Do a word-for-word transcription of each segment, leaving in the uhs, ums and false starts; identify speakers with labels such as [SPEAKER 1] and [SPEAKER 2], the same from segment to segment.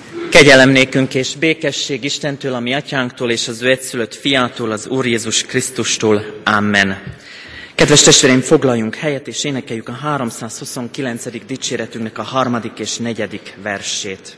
[SPEAKER 1] Kegyelem nékünk és békesség Istentől, a mi atyánktól és az ő egyszülött fiától, az Úr Jézus Krisztustól. Amen. Kedves testvéreim, foglaljunk helyet és énekeljük a háromszázhuszonkilencedik dicséretünknek a harmadik és negyedik versét.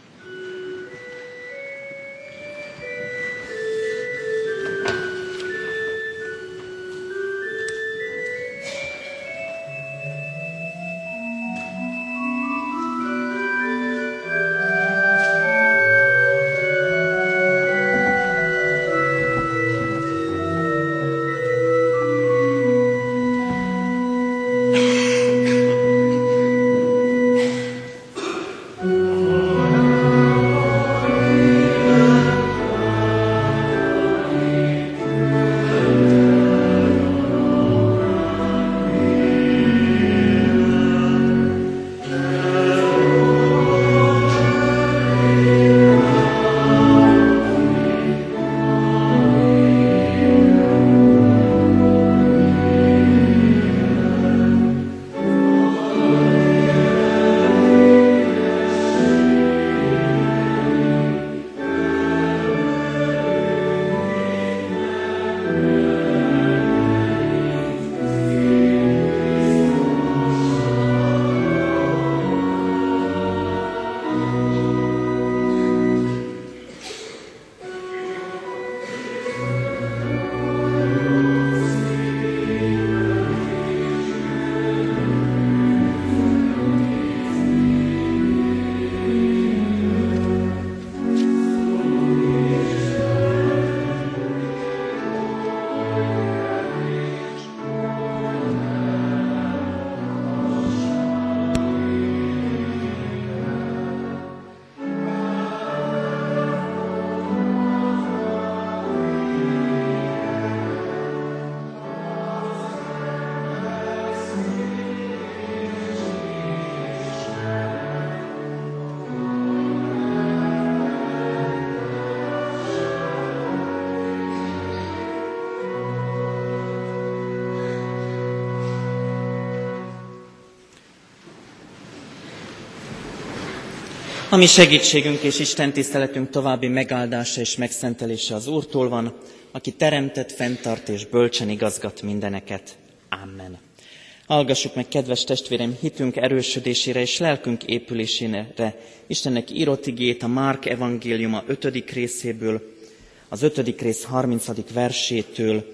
[SPEAKER 1] A mi segítségünk és Isten tiszteletünk további megáldása és megszentelése az Úrtól van, aki teremtett, fenntart és bölcsen igazgat mindeneket. Amen. Hallgassuk meg, kedves testvérem, hitünk erősödésére és lelkünk épülésére Istennek írott igéjét a Márk evangéliuma ötödik részéből, az ötödik rész harmincadik versétől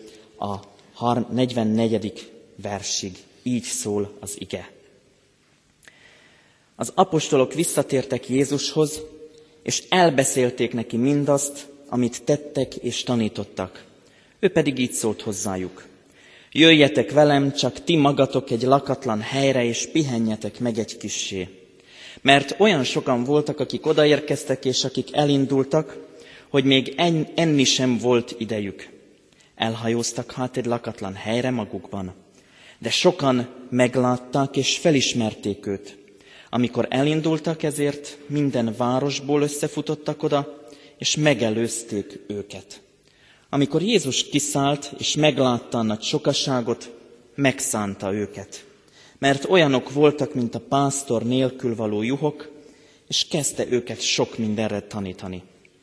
[SPEAKER 1] a negyvennegyedik versig. Így szól az ige. Az apostolok visszatértek Jézushoz, és elbeszélték neki mindazt, amit tettek és tanítottak. Ő pedig így szólt hozzájuk. Jöjjetek velem, csak ti magatok egy lakatlan helyre, és pihenjetek meg egy kissé. Mert olyan sokan voltak, akik odaérkeztek, és akik elindultak, hogy még enni sem volt idejük. Elhajóztak hát egy lakatlan helyre magukban. De sokan meglátták, és felismerték őt. Amikor elindultak, ezért minden városból összefutottak oda, és megelőzték őket. Amikor Jézus kiszállt, és meglátta a nagy sokaságot, megszánta őket. Mert olyanok voltak, mint a pásztor nélkül való juhok, és kezdte őket sok mindenre tanítani.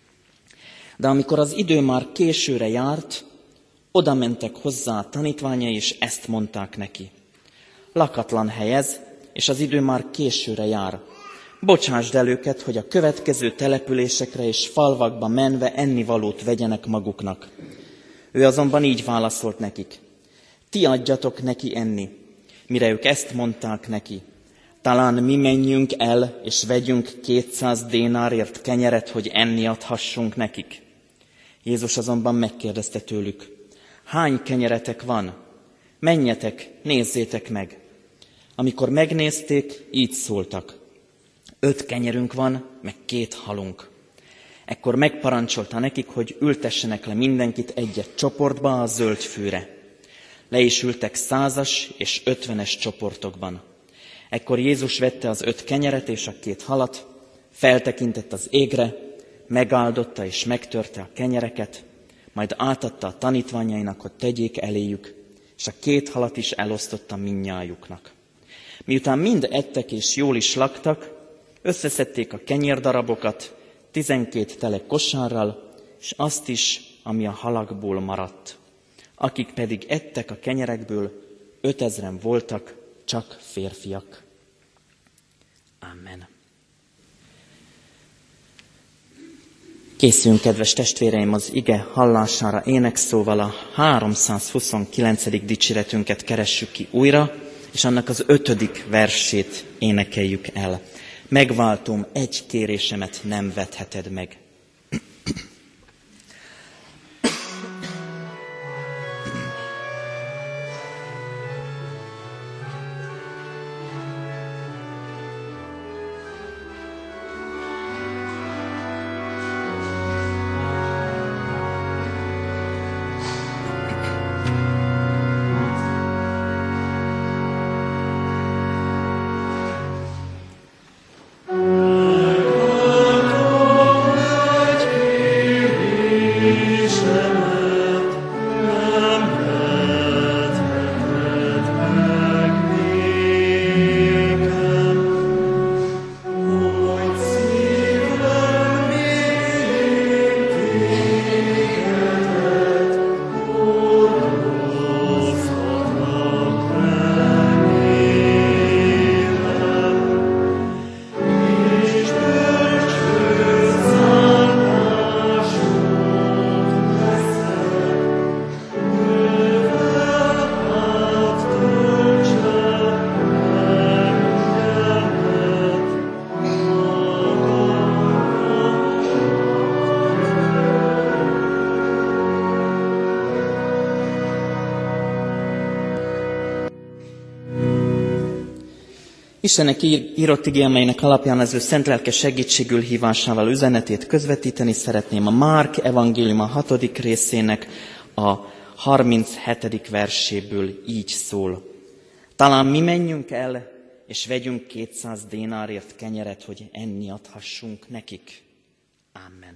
[SPEAKER 1] De amikor az idő már későre járt, oda mentek hozzá a tanítványai, és ezt mondták neki. Lakatlan hely ez, és az idő már későre jár. Bocsásd el őket, hogy a következő településekre és falvakba menve ennivalót vegyenek maguknak. Ő azonban így válaszolt nekik. Ti adjatok neki enni. Mire ők ezt mondták neki. Talán mi menjünk el, és vegyünk kétszáz dénárért kenyeret, hogy enni adhassunk nekik. Jézus azonban megkérdezte tőlük. Hány kenyeretek van? Menjetek, nézzétek meg. Amikor megnézték, így szóltak. Öt kenyerünk van, meg két halunk. Ekkor megparancsolta nekik, hogy ültessenek le mindenkit egy-egy csoportba a zöld fűre. Le is ültek százas és ötvenes csoportokban. Ekkor Jézus vette az öt kenyeret és a két halat, feltekintett az égre, megáldotta és megtörte a kenyereket, majd átadta a tanítványainak, hogy tegyék eléjük, és a két halat is elosztotta mindnyájuknak. Miután mind ettek és jól is laktak, Összeszedték a kenyérdarabokat, tizenkét tele kosárral, és azt is, ami a halakból maradt. Akik pedig ettek a kenyerekből, ötezren voltak, csak férfiak. Amen. Készüljünk, kedves testvéreim, az ige hallására énekszóval a háromszázhuszonkilencedik dicséretünket keressük ki újra, és annak az ötödik versét énekeljük el. Megváltom, egy kérésemet nem vetheted meg. Istennek írott igé, amelynek alapján az ő szent lelke segítségül hívásával üzenetét közvetíteni szeretném. A Márk evangélium a hatodik részének a harminchetedik verséből így szól. Talán mi menjünk el, és vegyünk kétszáz dénárért kenyeret, hogy enni adhassunk nekik. Amen.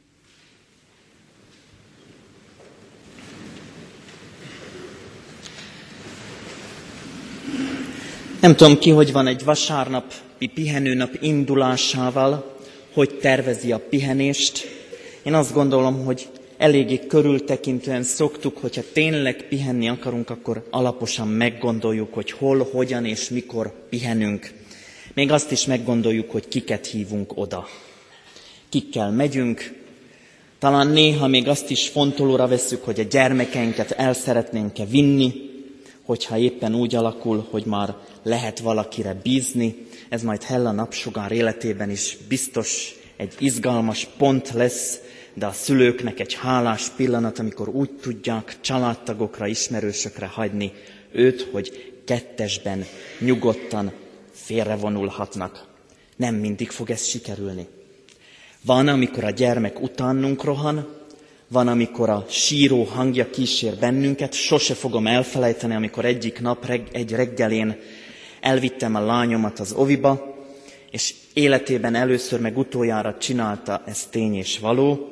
[SPEAKER 1] Nem tudom ki, hogy van egy vasárnapi pihenőnap indulásával, hogy tervezi a pihenést. Én azt gondolom, hogy eléggé körültekintően szoktuk, hogyha tényleg pihenni akarunk, akkor alaposan meggondoljuk, hogy hol, hogyan és mikor pihenünk. Még azt is meggondoljuk, hogy kiket hívunk oda. Kikkel megyünk. Talán néha még azt is fontolóra vesszük, hogy a gyermekeinket el szeretnénk-e vinni, hogyha éppen úgy alakul, hogy már lehet valakire bízni. Ez majd Hella napsugár életében is biztos egy izgalmas pont lesz, de a szülőknek egy hálás pillanat, amikor úgy tudják családtagokra, ismerősökre hagyni őt, hogy kettesben nyugodtan félrevonulhatnak. Nem mindig fog ez sikerülni. Van, amikor a gyermek utánunk rohan, van, amikor a síró hangja kísér bennünket. Sose fogom elfelejteni, amikor egyik nap reg- egy reggelén elvittem a lányomat az oviba, és életében először meg utoljára csinálta, ez tény és való,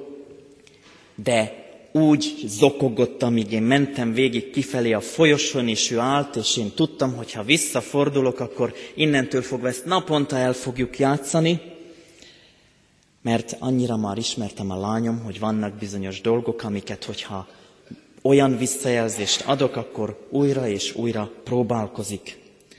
[SPEAKER 1] de úgy zokogott, amíg én mentem végig kifelé a folyosón, és ő állt, és én tudtam, hogy ha visszafordulok, akkor innentől fogva ezt naponta el fogjuk játszani, mert annyira már ismertem a lányom, hogy vannak bizonyos dolgok, amiket, hogyha olyan visszajelzést adok, akkor újra és újra próbálkozik.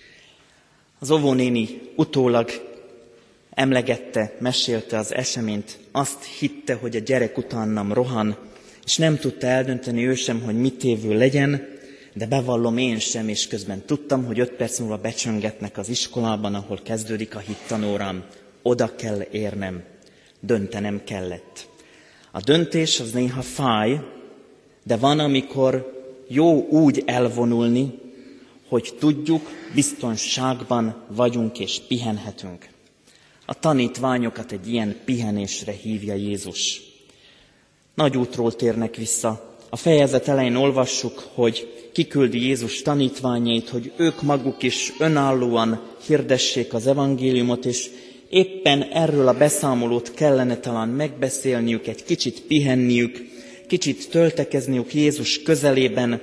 [SPEAKER 1] Az óvónéni utólag emlegette, mesélte az eseményt, azt hitte, hogy a gyerek utánam rohan, és nem tudta eldönteni ő sem, hogy mit évő legyen, de bevallom én sem, és közben tudtam, hogy öt perc múlva becsöngetnek az iskolában, ahol kezdődik a hittanórám. Oda kell érnem. Döntenem kellett. A döntés az néha fáj, de van, amikor jó úgy elvonulni, hogy tudjuk, biztonságban vagyunk és pihenhetünk. A tanítványokat egy ilyen pihenésre hívja Jézus. Nagy útról térnek vissza. A fejezet elején olvassuk, hogy kiküldi Jézus tanítványait, hogy ők maguk is önállóan hirdessék az evangéliumot, és éppen erről a beszámolót kellene talán megbeszélniük, egy kicsit pihenniük, kicsit töltekezniük Jézus közelében,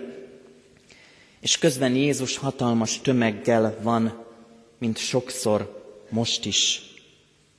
[SPEAKER 1] és közben Jézus hatalmas tömeggel van, mint sokszor most is.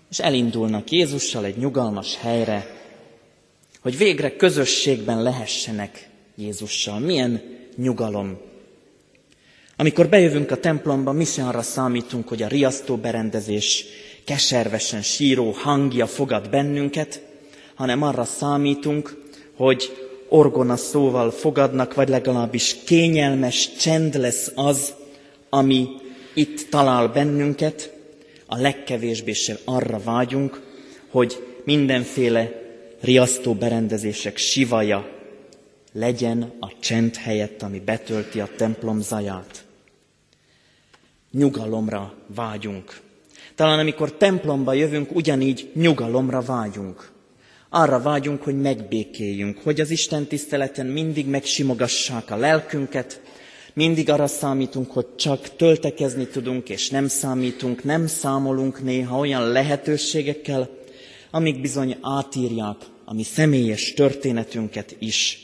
[SPEAKER 1] és elindulnak Jézussal egy nyugalmas helyre, hogy végre közösségben lehessenek Jézussal. Milyen nyugalom! Amikor bejövünk a templomba, mi se arra számítunk, hogy a riasztó berendezés keservesen síró hangja fogad bennünket, hanem arra számítunk, hogy orgona szóval fogadnak, vagy legalábbis kényelmes csend lesz az, ami itt talál bennünket. A legkevésbé sem arra vágyunk, hogy mindenféle riasztó berendezések sivaja legyen a csend helyett, ami betölti a templom zaját. Nyugalomra vágyunk. Talán amikor templomba jövünk, ugyanígy nyugalomra vágyunk. Arra vágyunk, hogy megbékéljünk, hogy az Isten tiszteleten mindig megsimogassák a lelkünket, mindig arra számítunk, hogy csak töltekezni tudunk, és nem számítunk, nem számolunk néha olyan lehetőségekkel, amik bizony átírják a mi személyes történetünket is.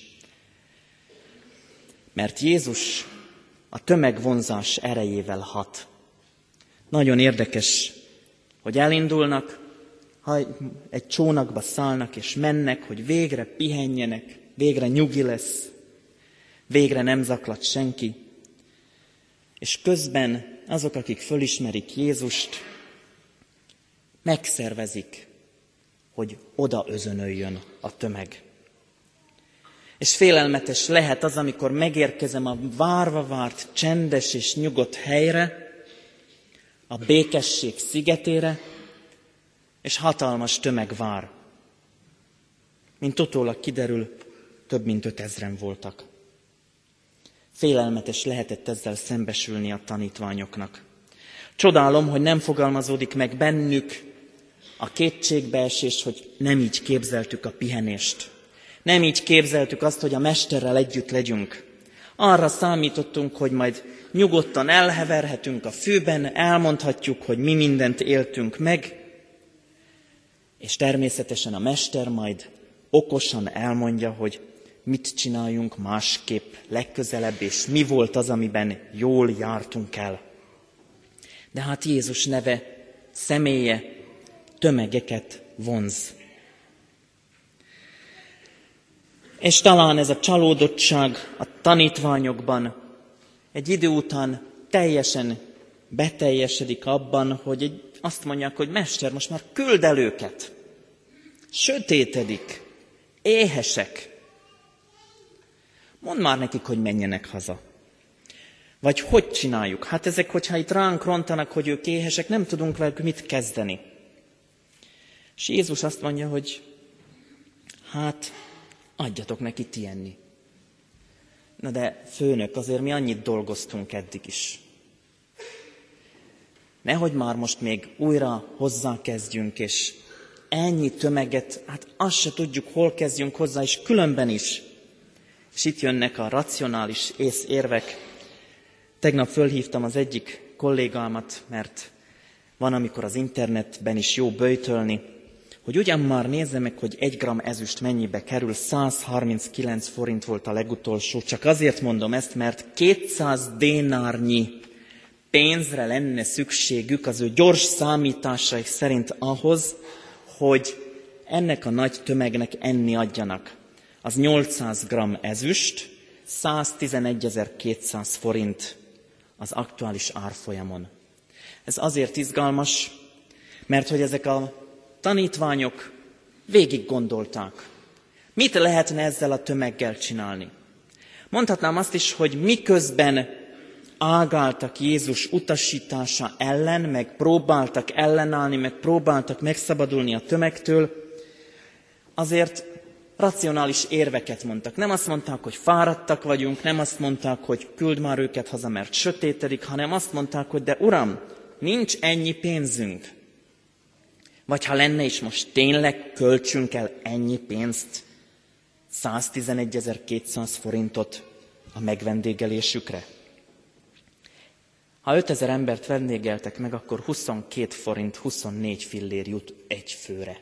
[SPEAKER 1] Mert Jézus a tömegvonzás erejével hat. Nagyon érdekes, hogy elindulnak, ha egy csónakba szállnak és mennek, hogy végre pihenjenek, végre nyugi lesz, végre nem zaklat senki. És közben azok, akik fölismerik Jézust, megszervezik, hogy oda özönöljön a tömeg. És félelmetes lehet az, amikor megérkezem a várva várt, csendes és nyugodt helyre, a békesség szigetére, és hatalmas tömeg vár. Mint utólag kiderül, több mint ötezren voltak. Félelmetes lehetett ezzel szembesülni a tanítványoknak. Csodálom, hogy nem fogalmazódik meg bennük a kétségbeesés, hogy nem így képzeltük a pihenést. Nem így képzeltük azt, hogy a Mesterrel együtt legyünk. Arra számítottunk, hogy majd nyugodtan elheverhetünk a fűben, elmondhatjuk, hogy mi mindent éltünk meg, és természetesen a Mester majd okosan elmondja, hogy mit csináljunk másképp legközelebb, és mi volt az, amiben jól jártunk el. De hát Jézus neve, személye tömegeket vonz. És talán ez a csalódottság a tanítványokban egy idő után teljesen beteljesedik abban, hogy egy, azt mondják, hogy Mester, most már küld el őket. Sötétedik, éhesek. Mondd már nekik, hogy menjenek haza. Vagy hogy csináljuk? Hát ezek, hogyha itt ránk rontanak, hogy ők éhesek, nem tudunk velük mit kezdeni. És Jézus azt mondja, hogy hát adjatok neki ti enni. Na de főnök, azért mi annyit dolgoztunk eddig is. Nehogy már most még újra hozzákezdjünk, és ennyi tömeget, hát azt se tudjuk, hol kezdjünk hozzá, és különben is. És itt jönnek a racionális észérvek. Tegnap fölhívtam az egyik kollégámat, mert van, amikor az internetben is jó böjtölni, hogy ugyan már nézze meg, hogy egy gramm ezüst mennyibe kerül, száz harminckilenc forint volt a legutolsó. Csak azért mondom ezt, mert kétszáz dénárnyi pénzre lenne szükségük az ő gyors számításaik szerint ahhoz, hogy ennek a nagy tömegnek enni adjanak. Az nyolcszáz gramm ezüst, száztizenegyezer-kétszáz forint az aktuális árfolyamon. Ez azért izgalmas, mert hogy ezek a tanítványok végig gondolták, mit lehetne ezzel a tömeggel csinálni. Mondhatnám azt is, hogy miközben ágáltak Jézus utasítása ellen, meg próbáltak ellenállni, meg próbáltak megszabadulni a tömegtől, azért racionális érveket mondtak. Nem azt mondták, hogy fáradtak vagyunk, nem azt mondták, hogy küld már őket haza, mert sötétedik, hanem azt mondták, hogy de Uram, nincs ennyi pénzünk. Vagy ha lenne is, most tényleg költsünk el ennyi pénzt, száztizenegyezer-kétszáz forintot a megvendégelésükre. Ha ötezer embert vendégeltek meg, akkor huszonkét forint, huszonnégy fillér jut egy főre.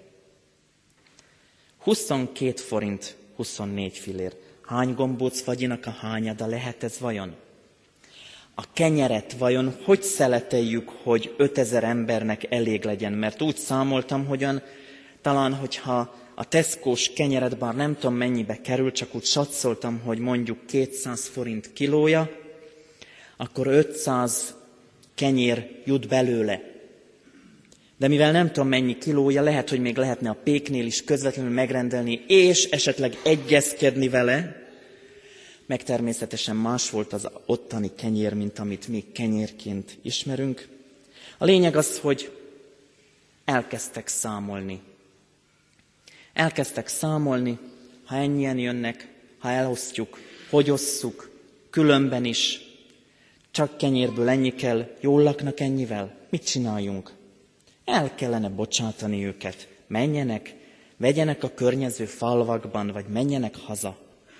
[SPEAKER 1] huszonkét forint, huszonnégy fillér. Hány gombóc fagyinak a hányada lehet ez vajon? a kenyeret vajon hogy szeleteljük, hogy ötezer embernek elég legyen? Mert úgy számoltam, hogyan talán, hogyha a Tesco-s kenyeret, bár nem tudom mennyibe kerül, csak úgy satszoltam, hogy mondjuk kétszáz forint kilója, akkor ötszáz kenyér jut belőle. De mivel nem tudom mennyi kilója, lehet, hogy még lehetne a péknél is közvetlenül megrendelni, és esetleg egyezkedni vele, meg természetesen más volt az ottani kenyér, mint amit mi kenyérként ismerünk. A lényeg az, hogy elkezdtek számolni. Elkezdtek számolni, ha ennyien jönnek, ha elosztjuk, hogy osszuk, különben is, csak kenyérből ennyi kell, jól laknak ennyivel, mit csináljunk? El kellene bocsátani őket, menjenek, vegyenek a környező falvakban, vagy menjenek haza.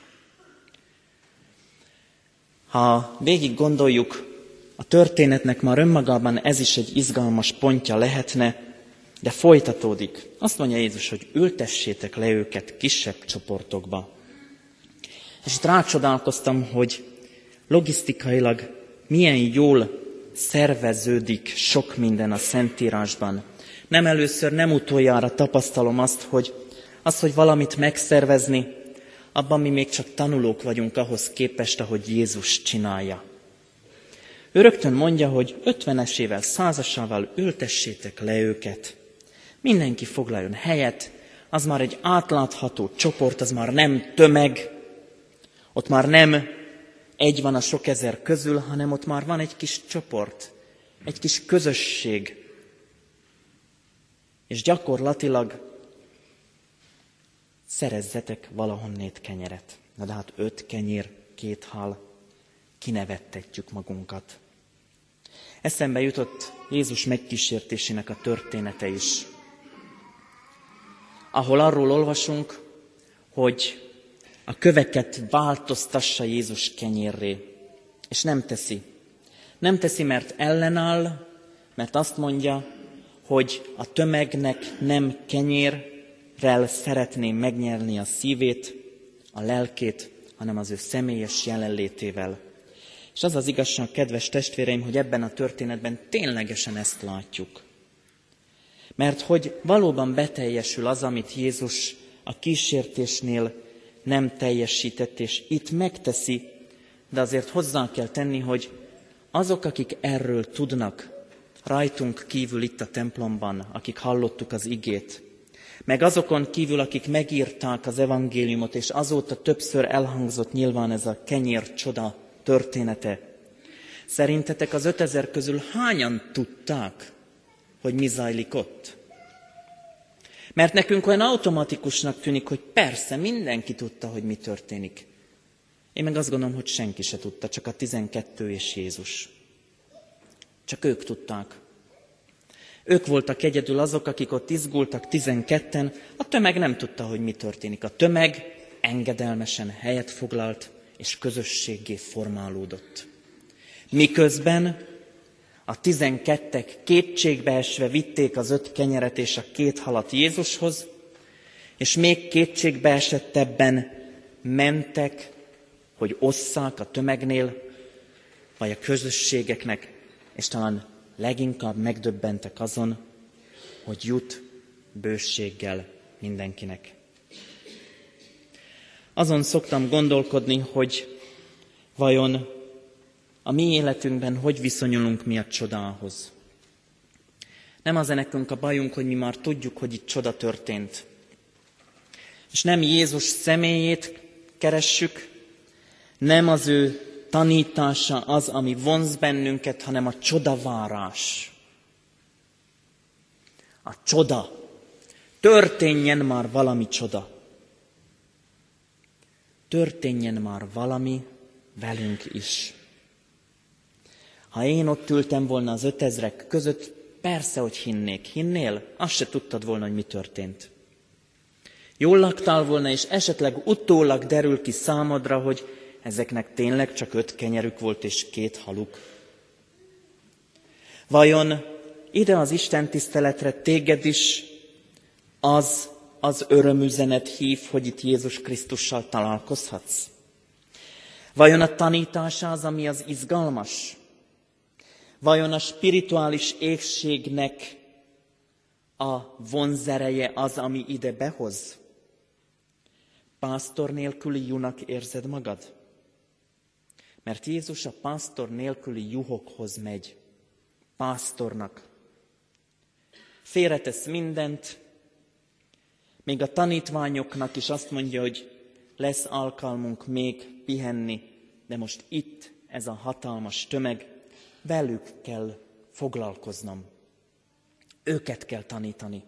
[SPEAKER 1] Ha végig gondoljuk, a történetnek már önmagában ez is egy izgalmas pontja lehetne, de folytatódik. Azt mondja Jézus, hogy ültessétek le őket kisebb csoportokba. És itt rácsodálkoztam, hogy logisztikailag milyen jól szerveződik sok minden a Szentírásban. Nem először, nem utoljára tapasztalom azt, hogy az, hogy valamit megszervezni, abban mi még csak tanulók vagyunk ahhoz képest, ahogy Jézus csinálja. Ő rögtön mondja, hogy ötvenesével, százasával ültessétek le őket. Mindenki foglaljon helyet, az már egy átlátható csoport, az már nem tömeg, ott már nem egy van a sok ezer közül, hanem ott már van egy kis csoport, egy kis közösség. És gyakorlatilag szerezzetek valahonnét kenyeret. Na de hát öt kenyér, két hál, kinevettetjük magunkat. Eszembe jutott Jézus megkísértésének a története is, ahol arról olvasunk, hogy a köveket változtassa Jézus kenyérré, és nem teszi. Nem teszi, mert ellenáll, mert azt mondja, hogy a tömegnek nem kenyérrel szeretné megnyerni a szívét, a lelkét, hanem az ő személyes jelenlétével. És az az igazság, kedves testvéreim, hogy ebben a történetben ténylegesen ezt látjuk. Mert hogy valóban beteljesül az, amit Jézus a kísértésnél nem teljesített, és itt megteszi, de azért hozzá kell tenni, hogy azok, akik erről tudnak, rajtunk kívül itt a templomban, akik hallottuk az igét, meg azokon kívül, akik megírták az evangéliumot, és azóta többször elhangzott nyilván ez a kenyér csoda története. Szerintetek az ötezer közül hányan tudták, hogy mi zajlik ott? Mert nekünk olyan automatikusnak tűnik, hogy persze mindenki tudta, hogy mi történik. Én meg azt gondolom, hogy senki se tudta, csak a tizenkettő és Jézus. Csak ők tudták. Ők voltak egyedül azok, akik ott izgultak, tizenketten, a tömeg nem tudta, hogy mi történik. A tömeg engedelmesen helyet foglalt, és közösséggé formálódott. Miközben a tizenkettek kétségbeesve vitték az öt kenyeret és a két halat Jézushoz, és még kétségbeesettebben mentek, hogy osszák a tömegnél, vagy a közösségeknek, és talán leginkább megdöbbentek azon, hogy jut bőséggel mindenkinek. Azon szoktam gondolkodni, hogy vajon a mi életünkben hogy viszonyulunk mi a csodához. Nem az nekünk a bajunk, hogy mi már tudjuk, hogy itt csoda történt. És nem Jézus személyét keressük, nem az ő tanítása az, ami vonz bennünket, hanem a csodavárás. A csoda. Történjen már valami csoda. Történjen már valami velünk is. Ha én ott ültem volna az ötezrek között, persze, hogy hinnék. Hinnél? Azt se tudtad volna, hogy mi történt. Jól laktál volna, és esetleg utólag derül ki számodra, hogy ezeknek tényleg csak öt kenyerük volt, és két haluk. Vajon ide az Isten tiszteletre téged is az az örömüzenet hív, hogy itt Jézus Krisztussal találkozhatsz? Vajon a tanítása az, ami az izgalmas? Vajon a spirituális éhségnek a vonzereje az, ami ide behoz? Pásztor nélküli juhnak érzed magad? Mert Jézus a pásztor nélküli juhokhoz megy. Pásztornak. Félretesz mindent, még a tanítványoknak is azt mondja, hogy lesz alkalmunk még pihenni, de most itt ez a hatalmas tömeg, velük kell foglalkoznom. Őket kell tanítani.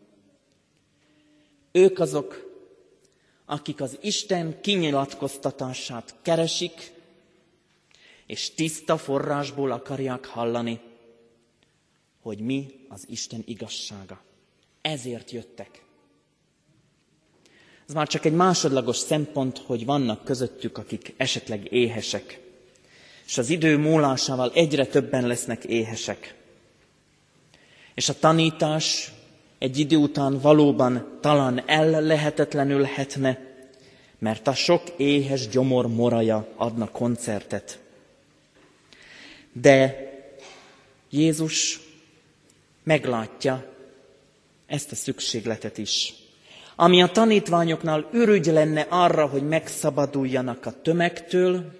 [SPEAKER 1] Ők azok, akik az Isten kinyilatkoztatását keresik, és tiszta forrásból akarják hallani, hogy mi az Isten igazsága. Ezért jöttek. Ez már csak egy másodlagos szempont, hogy vannak közöttük, akik esetleg éhesek. És az idő múlásával egyre többen lesznek éhesek. És a tanítás egy idő után valóban talán ellehetetlenülhetne, mert a sok éhes gyomor moraja adna koncertet. De Jézus meglátja ezt a szükségletet is. Ami a tanítványoknál ürügy lenne arra, hogy megszabaduljanak a tömegtől,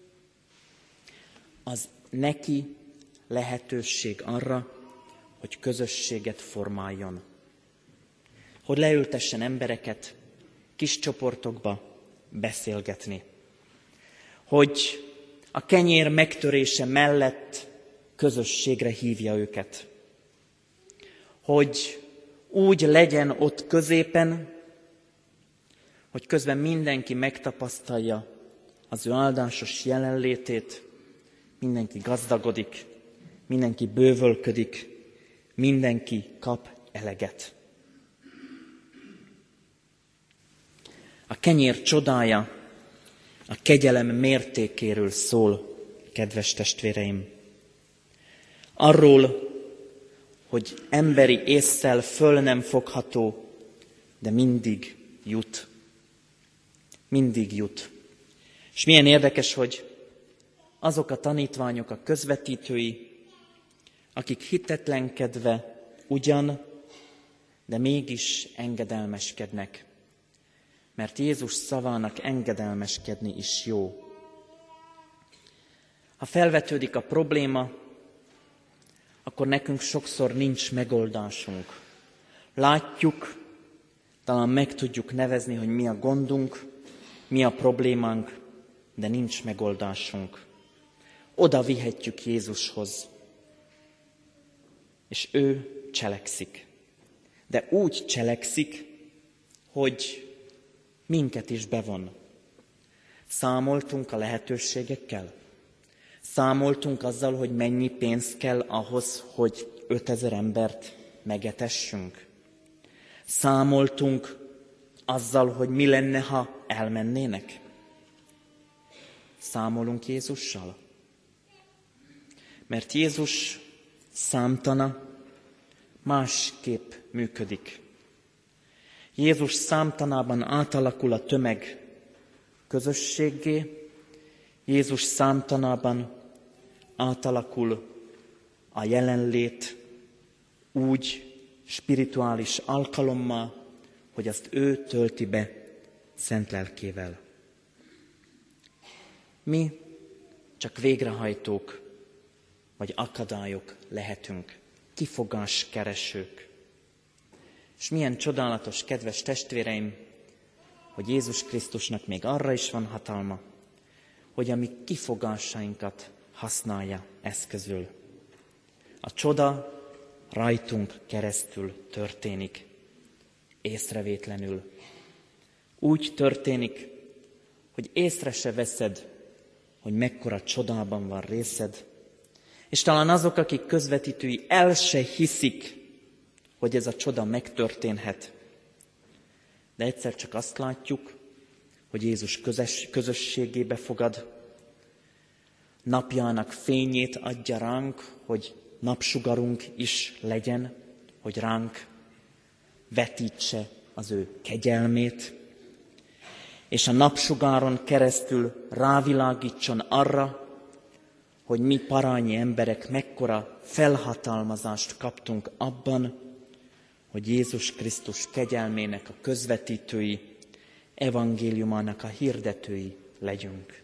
[SPEAKER 1] az neki lehetőség arra, hogy közösséget formáljon. Hogy leültessen embereket kis csoportokba beszélgetni. Hogy a kenyér megtörése mellett közösségre hívja őket. Hogy úgy legyen ott középen, hogy közben mindenki megtapasztalja az ő áldásos jelenlétét, mindenki gazdagodik, mindenki bővölködik, mindenki kap eleget. A kenyér csodája a kegyelem mértékéről szól, kedves testvéreim. Arról, hogy emberi ésszel föl nem fogható, de mindig jut. Mindig jut. És milyen érdekes, hogy azok a tanítványok, a közvetítői, akik hitetlenkedve ugyan, de mégis engedelmeskednek. Mert Jézus szavának engedelmeskedni is jó. Ha felvetődik a probléma, akkor nekünk sokszor nincs megoldásunk. Látjuk, talán meg tudjuk nevezni, hogy mi a gondunk, mi a problémánk, de nincs megoldásunk. Oda vihetjük Jézushoz, és ő cselekszik. De úgy cselekszik, hogy minket is bevon. Számoltunk a lehetőségekkel. Számoltunk azzal, hogy mennyi pénz kell ahhoz, hogy ötezer embert megetessünk. Számoltunk azzal, hogy mi lenne, ha elmennének. Számolunk Jézussal. Mert Jézus számtana másképp működik. Jézus számtanában átalakul a tömeg közösséggé, Jézus számtanában átalakul a jelenlét úgy spirituális alkalommal, hogy azt ő tölti be szent lelkével. Mi csak végrehajtók vagy akadályok lehetünk, kifogáskeresők. És milyen csodálatos, kedves testvéreim, hogy Jézus Krisztusnak még arra is van hatalma, hogy a mi kifogásainkat használja eszközül. A csoda rajtunk keresztül történik, észrevétlenül. Úgy történik, hogy észre se veszed, hogy mekkora csodában van részed, és talán azok, akik közvetítői, el se hiszik, hogy ez a csoda megtörténhet. De egyszer csak azt látjuk, hogy Jézus közös, közösségébe fogad, napjának fényét adja ránk, hogy napsugarunk is legyen, hogy ránk vetítse az ő kegyelmét, és a napsugáron keresztül rávilágítson arra, hogy mi parányi emberek mekkora felhatalmazást kaptunk abban, hogy Jézus Krisztus kegyelmének a közvetítői, evangéliumának a hirdetői legyünk.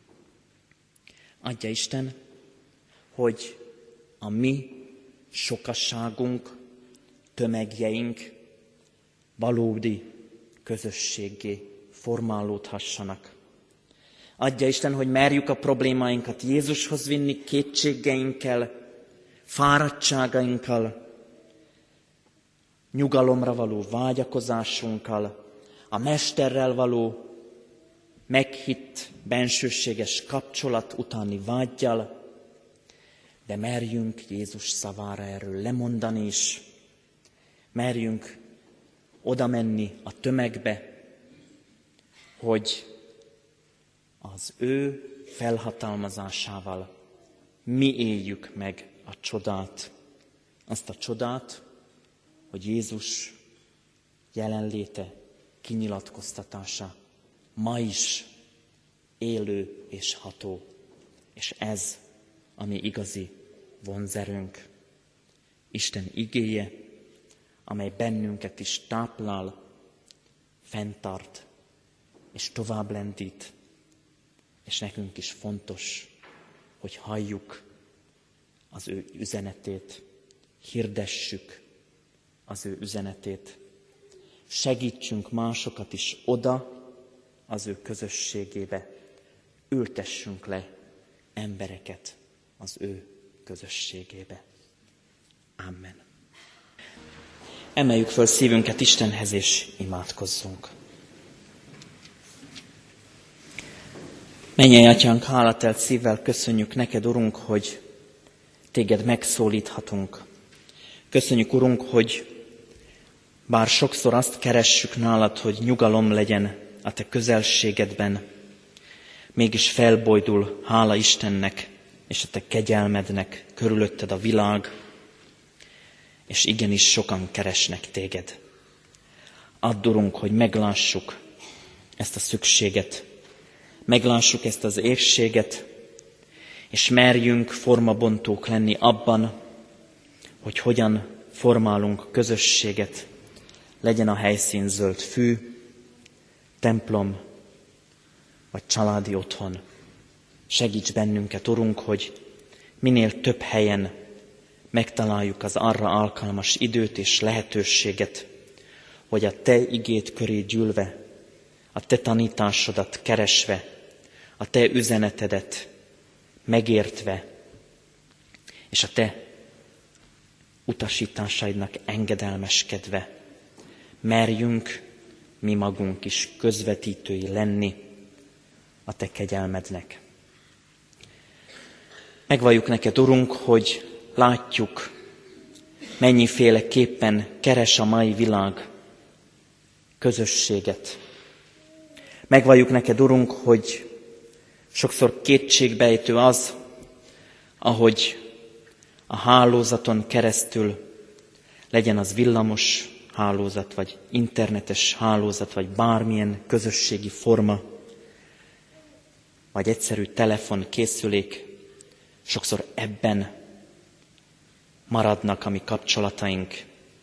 [SPEAKER 1] Adja Isten, hogy a mi sokasságunk, tömegjeink valódi közösséggé formálódhassanak. Adja Isten, hogy merjük a problémáinkat Jézushoz vinni kétségeinkkel, fáradtságainkkal, nyugalomra való vágyakozásunkkal, a Mesterrel való meghitt, bensőséges kapcsolat utáni vággyal, de merjünk Jézus szavára erről lemondani is, merjünk oda menni a tömegbe, hogy az ő felhatalmazásával mi éljük meg a csodát, azt a csodát, hogy Jézus jelenléte, kinyilatkoztatása ma is élő és ható, és ez a mi igazi vonzerőnk. Isten igéje, amely bennünket is táplál, fenntart és tovább lendít, és nekünk is fontos, hogy halljuk az ő üzenetét, hirdessük az ő üzenetét, segítsünk másokat is oda az ő közösségébe, ültessünk le embereket az ő közösségébe. Amen. Emeljük föl szívünket Istenhez, és imádkozzunk. Mennyei Atyánk, hálatelt szívvel köszönjük neked, Urunk, hogy téged megszólíthatunk. Köszönjük, Urunk, hogy bár sokszor azt keressük nálad, hogy nyugalom legyen a te közelségedben, mégis felbojdul, hála Istennek és a te kegyelmednek körülötted a világ, és igenis sokan keresnek téged. Add, Urunk, hogy meglássuk ezt a szükséget, meglássuk ezt az éhséget, és merjünk formabontók lenni abban, hogy hogyan formálunk közösséget, legyen a helyszín zöld fű, templom vagy családi otthon. Segíts bennünket, Urunk, hogy minél több helyen megtaláljuk az arra alkalmas időt és lehetőséget, hogy a te igéd köré gyűlve, a te tanításodat keresve, a te üzenetedet megértve, és a te utasításaidnak engedelmeskedve merjünk mi magunk is közvetítői lenni a te kegyelmednek. Megvalljuk neked, Urunk, hogy látjuk, mennyiféleképpen keres a mai világ közösséget. Megvalljuk neked, Urunk, hogy sokszor kétségbejtő az, ahogy a hálózaton keresztül, legyen az villamos hálózat, vagy internetes hálózat, vagy bármilyen közösségi forma, vagy egyszerű telefonkészülék, sokszor ebben maradnak a mi kapcsolataink,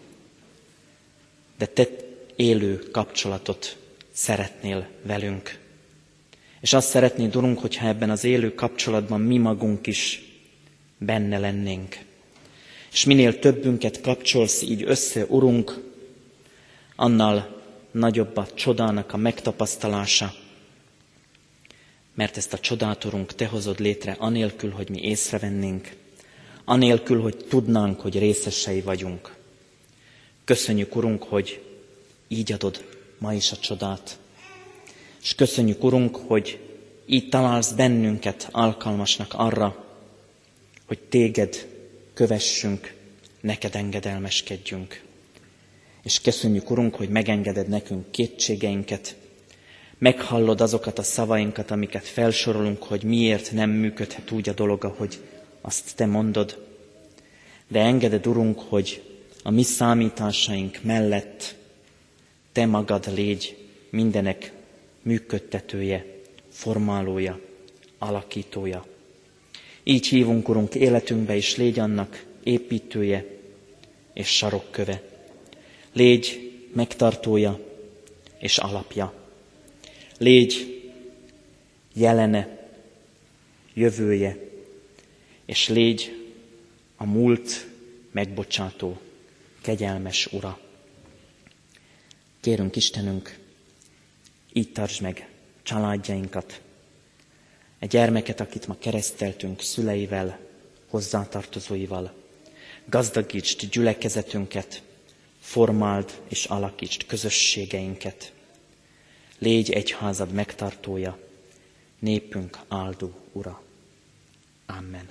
[SPEAKER 1] de te élő kapcsolatot szeretnél velünk. És azt szeretnéd, Urunk, hogyha ebben az élő kapcsolatban mi magunk is benne lennénk. És minél többünket kapcsolsz így össze, Urunk, annál nagyobb a csodának a megtapasztalása, mert ezt a csodát, Urunk, te hozod létre anélkül, hogy mi észrevennénk, anélkül, hogy tudnánk, hogy részesei vagyunk. Köszönjük, Urunk, hogy így adod ma is a csodát. És köszönjük, Urunk, hogy így találsz bennünket alkalmasnak arra, hogy téged kövessünk, neked engedelmeskedjünk. És köszönjük, Urunk, hogy megengeded nekünk kétségeinket, meghallod azokat a szavainkat, amiket felsorolunk, hogy miért nem működhet úgy a dolog, ahogy azt te mondod. De engeded, Urunk, hogy a mi számításaink mellett te magad légy mindenek működtetője, formálója, alakítója. Így hívunk, Urunk, életünkbe is, légy annak építője és sarokköve. Légy megtartója és alapja. Légy jelene, jövője, és légy a múlt megbocsátó, kegyelmes Ura. Kérünk, Istenünk, így tartsd meg családjainkat, egy gyermeket, akit ma kereszteltünk szüleivel, hozzátartozóival. Gazdagítsd gyülekezetünket, formáld és alakítsd közösségeinket. Légy egyházad megtartója, népünk áldó Ura. Amen.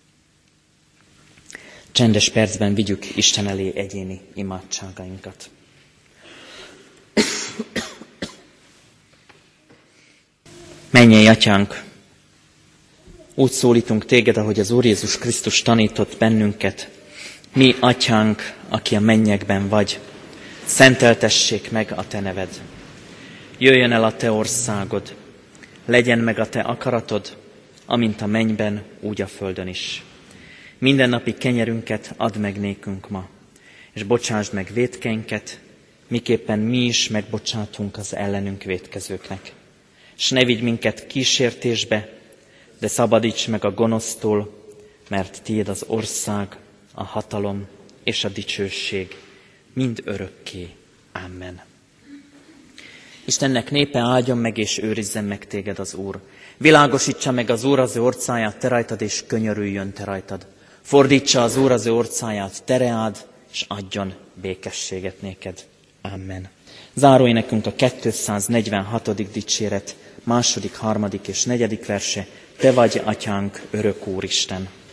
[SPEAKER 1] Csendes percben vigyük Isten elé egyéni imádságainkat. Mennyei Atyánk, úgy szólítunk téged, ahogy az Úr Jézus Krisztus tanított bennünket. Mi, Atyánk, aki a mennyekben vagy, szenteltessék meg a te neved. Jöjjön el a te országod, legyen meg a te akaratod, amint a mennyben, úgy a földön is. Mindennapi kenyerünket add meg nékünk ma, és bocsásd meg vétkeinket, miképpen mi is megbocsátunk az ellenünk vétkezőknek. S ne vigy minket kísértésbe, de szabadíts meg a gonosztól, mert tiéd az ország, a hatalom és a dicsőség mind örökké. Amen. Istennek népe, áldjon meg és őrizzen meg téged az Úr. Világosítsa meg az Úr az ő orcáját te rajtad, és könyörüljön te rajtad. Fordítsa az Úr az ő orcáját te reád, és adjon békességet néked. Amen. Záróénekünk a kétszáznegyvenhatodik dicséret, második, harmadik és negyedik verse. Te vagy, Atyánk, örök Úristen.